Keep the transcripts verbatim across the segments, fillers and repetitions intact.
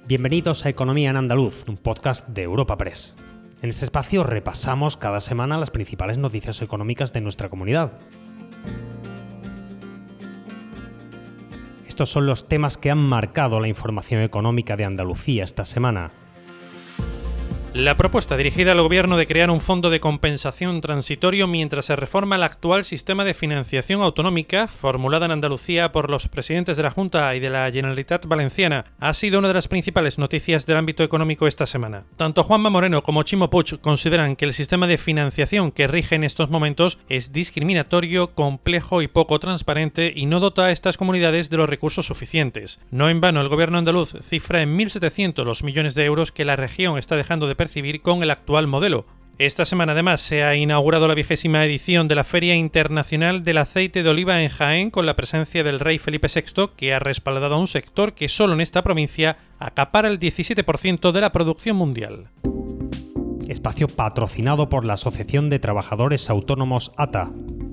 Bienvenidos a Economía en Andaluz, un podcast de Europa Press. En este espacio repasamos cada semana las principales noticias económicas de nuestra comunidad. Estos son los temas que han marcado la información económica de Andalucía esta semana. La propuesta dirigida al Gobierno de crear un fondo de compensación transitorio mientras se reforma el actual sistema de financiación autonómica, formulada en Andalucía por los presidentes de la Junta y de la Generalitat Valenciana, ha sido una de las principales noticias del ámbito económico esta semana. Tanto Juanma Moreno como Chimo Puig consideran que el sistema de financiación que rige en estos momentos es discriminatorio, complejo y poco transparente y no dota a estas comunidades de los recursos suficientes. No en vano, el Gobierno andaluz cifra en mil setecientos los millones de euros que la región está dejando de percibir con el actual modelo. Esta semana además se ha inaugurado la vigésima edición de la Feria Internacional del Aceite de Oliva en Jaén con la presencia del rey Felipe sexto, que ha respaldado a un sector que solo en esta provincia acapara el diecisiete por ciento de la producción mundial. Espacio patrocinado por la Asociación de Trabajadores Autónomos A T A.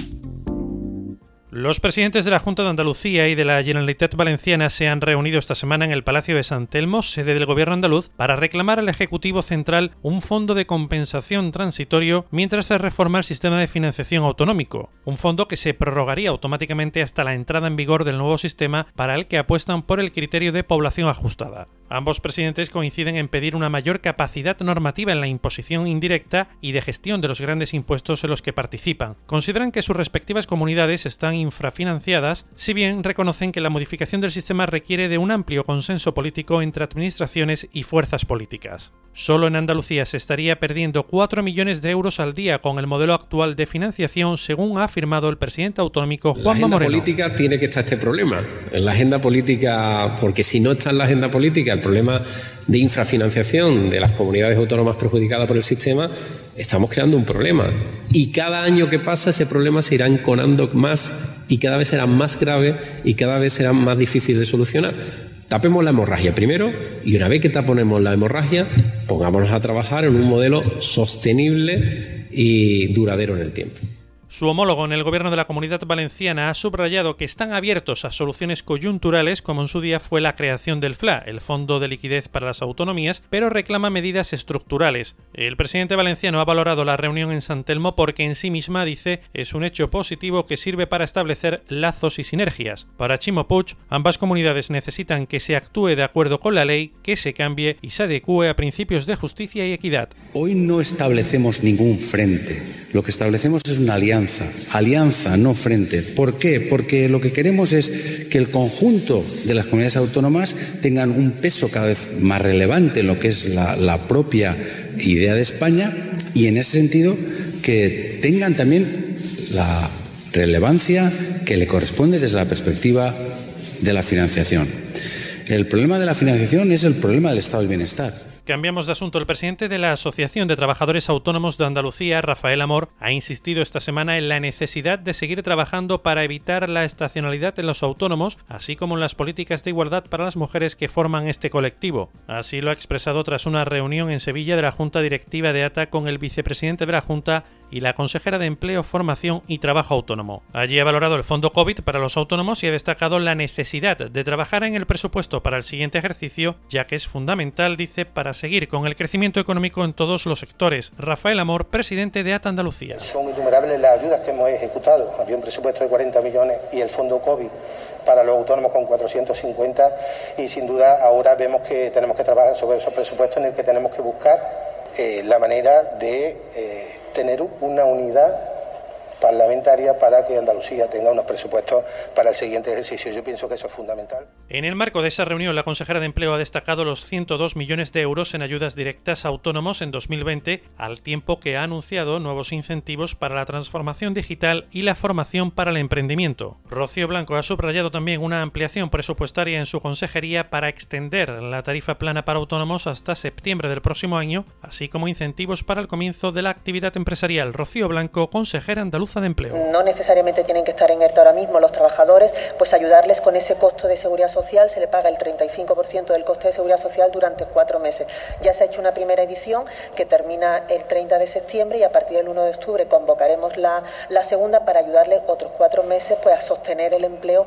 Los presidentes de la Junta de Andalucía y de la Generalitat Valenciana se han reunido esta semana en el Palacio de San Telmo, sede del Gobierno andaluz, para reclamar al Ejecutivo Central un fondo de compensación transitorio mientras se reforma el sistema de financiación autonómico, un fondo que se prorrogaría automáticamente hasta la entrada en vigor del nuevo sistema para el que apuestan por el criterio de población ajustada. Ambos presidentes coinciden en pedir una mayor capacidad normativa en la imposición indirecta y de gestión de los grandes impuestos en los que participan. Consideran que sus respectivas comunidades están infrafinanciadas, si bien reconocen que la modificación del sistema requiere de un amplio consenso político entre administraciones y fuerzas políticas. Solo en Andalucía se estaría perdiendo cuatro millones de euros al día con el modelo actual de financiación, según ha afirmado el presidente autonómico Juanma Moreno. En la agenda política tiene que estar este problema. En la agenda política, porque si no está en la agenda política el problema de infrafinanciación de las comunidades autónomas perjudicadas por el sistema, estamos creando un problema. Y cada año que pasa ese problema se irá enconando más y cada vez será más grave y cada vez será más difícil de solucionar. Tapemos la hemorragia primero y una vez que tapemos la hemorragia, pongámonos a trabajar en un modelo sostenible y duradero en el tiempo. Su homólogo en el Gobierno de la Comunidad Valenciana ha subrayado que están abiertos a soluciones coyunturales, como en su día fue la creación del F L A, el Fondo de Liquidez para las Autonomías, pero reclama medidas estructurales. El presidente valenciano ha valorado la reunión en San Telmo porque en sí misma, dice, es un hecho positivo que sirve para establecer lazos y sinergias. Para Chimo Puig, ambas comunidades necesitan que se actúe de acuerdo con la ley, que se cambie y se adecúe a principios de justicia y equidad. Hoy no establecemos ningún frente, lo que establecemos es una alianza. Alianza, no frente. ¿Por qué? Porque lo que queremos es que el conjunto de las comunidades autónomas tengan un peso cada vez más relevante en lo que es la, la propia idea de España y en ese sentido que tengan también la relevancia que le corresponde desde la perspectiva de la financiación. El problema de la financiación es el problema del estado del bienestar. Cambiamos de asunto. El presidente de la Asociación de Trabajadores Autónomos de Andalucía, Rafael Amor, ha insistido esta semana en la necesidad de seguir trabajando para evitar la estacionalidad en los autónomos, así como en las políticas de igualdad para las mujeres que forman este colectivo. Así lo ha expresado tras una reunión en Sevilla de la Junta Directiva de A T A con el vicepresidente de la Junta y la consejera de Empleo, Formación y Trabajo Autónomo. Allí ha valorado el fondo COVID para los autónomos y ha destacado la necesidad de trabajar en el presupuesto para el siguiente ejercicio, ya que es fundamental, dice, para seguir con el crecimiento económico en todos los sectores. Rafael Amor, presidente de A T A Andalucía. Son innumerables las ayudas que hemos ejecutado. Había un presupuesto de cuarenta millones y el fondo COVID para los autónomos con cuatrocientos cincuenta y sin duda ahora vemos que tenemos que trabajar sobre esos presupuestos en el que tenemos que buscar eh, la manera de eh, tener una unidad parlamentaria para que Andalucía tenga unos presupuestos para el siguiente ejercicio. Yo pienso que eso es fundamental. En el marco de esa reunión, la consejera de Empleo ha destacado los ciento dos millones de euros en ayudas directas a autónomos en dos mil veinte, al tiempo que ha anunciado nuevos incentivos para la transformación digital y la formación para el emprendimiento. Rocío Blanco ha subrayado también una ampliación presupuestaria en su consejería para extender la tarifa plana para autónomos hasta septiembre del próximo año, así como incentivos para el comienzo de la actividad empresarial. Rocío Blanco, consejera andaluza de Empleo. No necesariamente tienen que estar en ERTE ahora mismo los trabajadores, pues ayudarles con ese costo de seguridad social. Se le paga el treinta y cinco por ciento del coste de seguridad social durante cuatro meses. Ya se ha hecho una primera edición que termina el treinta de septiembre y a partir del uno de octubre convocaremos la, la segunda para ayudarles otros cuatro meses pues a sostener el empleo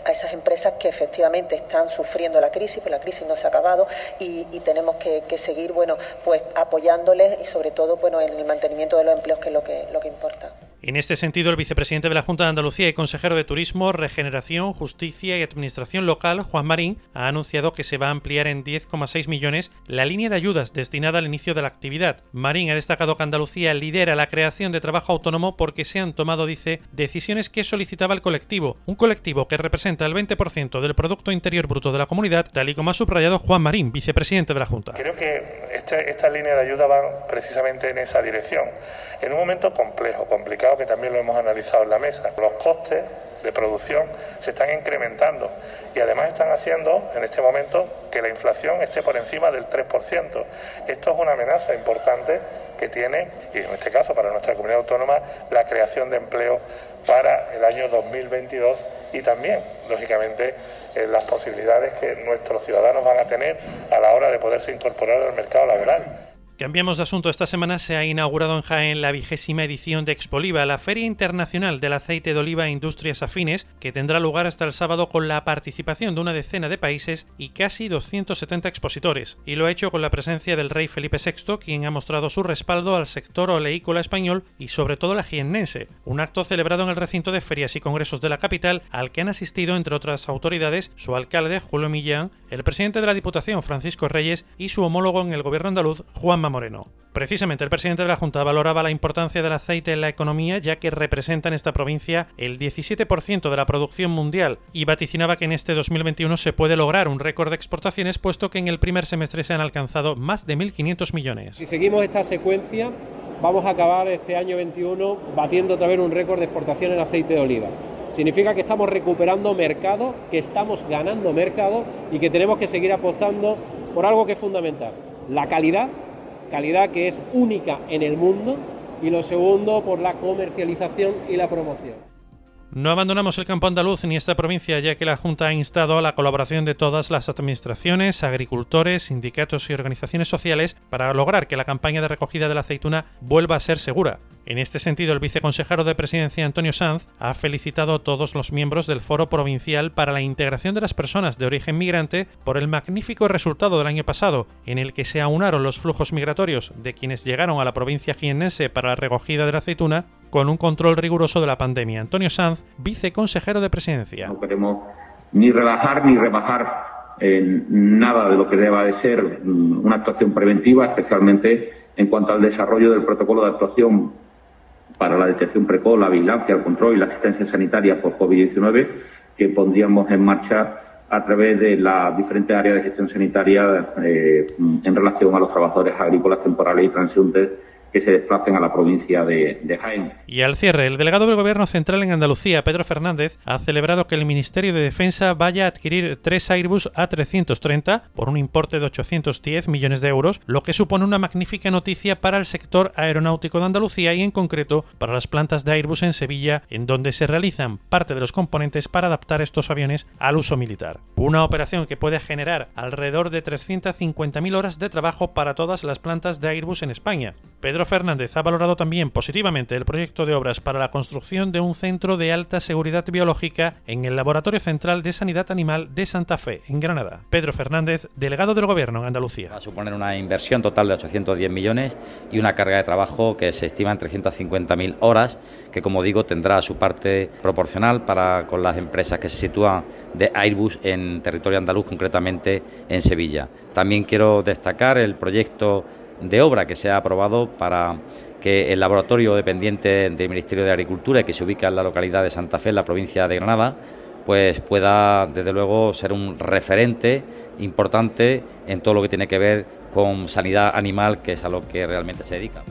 a esas empresas que efectivamente están sufriendo la crisis, pero la crisis no se ha acabado y, y tenemos que, que seguir, bueno, pues apoyándoles y sobre todo, bueno, en el mantenimiento de los empleos, que es lo que, lo que importa. En este sentido, el vicepresidente de la Junta de Andalucía y consejero de Turismo, Regeneración, Justicia y Administración Local, Juan Marín, ha anunciado que se va a ampliar en diez coma seis millones la línea de ayudas destinada al inicio de la actividad. Marín ha destacado que Andalucía lidera la creación de trabajo autónomo porque se han tomado, dice, decisiones que solicitaba el colectivo, un colectivo que representa el veinte por ciento del Producto Interior Bruto de la comunidad, tal y como ha subrayado Juan Marín, vicepresidente de la Junta. Creo que este, esta línea de ayuda va precisamente en esa dirección, en un momento complejo, complicado, que también lo hemos analizado en la mesa. Los costes de producción se están incrementando y además están haciendo en este momento que la inflación esté por encima del tres por ciento. Esto es una amenaza importante que tiene, y en este caso para nuestra comunidad autónoma, la creación de empleo para el año dos mil veintidós y también, lógicamente, eh, las posibilidades que nuestros ciudadanos van a tener a la hora de poderse incorporar al mercado laboral. Cambiamos de asunto. Esta semana se ha inaugurado en Jaén la vigésima edición de Expoliva, la Feria Internacional del Aceite de Oliva e Industrias Afines, que tendrá lugar hasta el sábado con la participación de una decena de países y casi doscientos setenta expositores. Y lo ha hecho con la presencia del rey Felipe sexto, quien ha mostrado su respaldo al sector oleícola español y sobre todo la jiennense. Un acto celebrado en el recinto de ferias y congresos de la capital, al que han asistido, entre otras autoridades, su alcalde, Julio Millán, el presidente de la Diputación, Francisco Reyes, y su homólogo en el gobierno andaluz, Juanma Moreno. Precisamente el presidente de la Junta valoraba la importancia del aceite en la economía, ya que representa en esta provincia el diecisiete por ciento de la producción mundial, y vaticinaba que en este dos mil veintiuno se puede lograr un récord de exportaciones, puesto que en el primer semestre se han alcanzado más de mil quinientos millones. Si seguimos esta secuencia, vamos a acabar este año veintiuno batiendo otra vez un récord de exportación en aceite de oliva. Significa que estamos recuperando mercado, que estamos ganando mercado y que tenemos que seguir apostando por algo que es fundamental: la calidad, calidad que es única en el mundo, y lo segundo, por la comercialización y la promoción. No abandonamos el campo andaluz ni esta provincia, ya que la Junta ha instado a la colaboración de todas las administraciones, agricultores, sindicatos y organizaciones sociales para lograr que la campaña de recogida de la aceituna vuelva a ser segura. En este sentido, el viceconsejero de Presidencia, Antonio Sanz, ha felicitado a todos los miembros del Foro Provincial para la Integración de las Personas de Origen Migrante por el magnífico resultado del año pasado, en el que se aunaron los flujos migratorios de quienes llegaron a la provincia jiennense para la recogida de la aceituna con un control riguroso de la pandemia. Antonio Sanz, viceconsejero de Presidencia. No queremos ni relajar ni rebajar eh, nada de lo que deba de ser una actuación preventiva, especialmente en cuanto al desarrollo del protocolo de actuación para la detección precoz, la vigilancia, el control y la asistencia sanitaria por COVID diecinueve, que pondríamos en marcha a través de las diferentes áreas de gestión sanitaria eh, en relación a los trabajadores agrícolas temporales y transeúntes que se desplacen a la provincia de, de Jaén. Y al cierre, el delegado del Gobierno Central en Andalucía, Pedro Fernández, ha celebrado que el Ministerio de Defensa vaya a adquirir tres Airbus A trescientos treinta por un importe de ochocientos diez millones de euros, lo que supone una magnífica noticia para el sector aeronáutico de Andalucía y en concreto para las plantas de Airbus en Sevilla, en donde se realizan parte de los componentes para adaptar estos aviones al uso militar. Una operación que puede generar alrededor de trescientas cincuenta mil horas de trabajo para todas las plantas de Airbus en España. Pedro Fernández ha valorado también positivamente el proyecto de obras para la construcción de un centro de alta seguridad biológica en el Laboratorio Central de Sanidad Animal de Santa Fe, en Granada. Pedro Fernández, delegado del Gobierno en Andalucía. Va a suponer una inversión total de ochocientos diez millones y una carga de trabajo que se estima en trescientas cincuenta mil horas, que, como digo, tendrá su parte proporcional para con las empresas que se sitúan de Airbus en territorio andaluz, concretamente en Sevilla. También quiero destacar el proyecto de obra que se ha aprobado para que el laboratorio dependiente del Ministerio de Agricultura y que se ubica en la localidad de Santa Fe, en la provincia de Granada, pues pueda desde luego ser un referente importante en todo lo que tiene que ver con sanidad animal, que es a lo que realmente se dedica.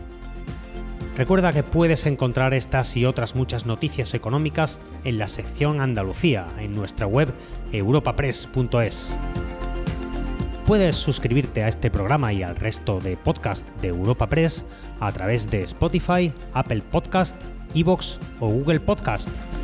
Recuerda que puedes encontrar estas y otras muchas noticias económicas en la sección Andalucía, en nuestra web europapress punto es. Puedes suscribirte a este programa y al resto de podcast de Europa Press a través de Spotify, Apple Podcast, iVoox o Google Podcast.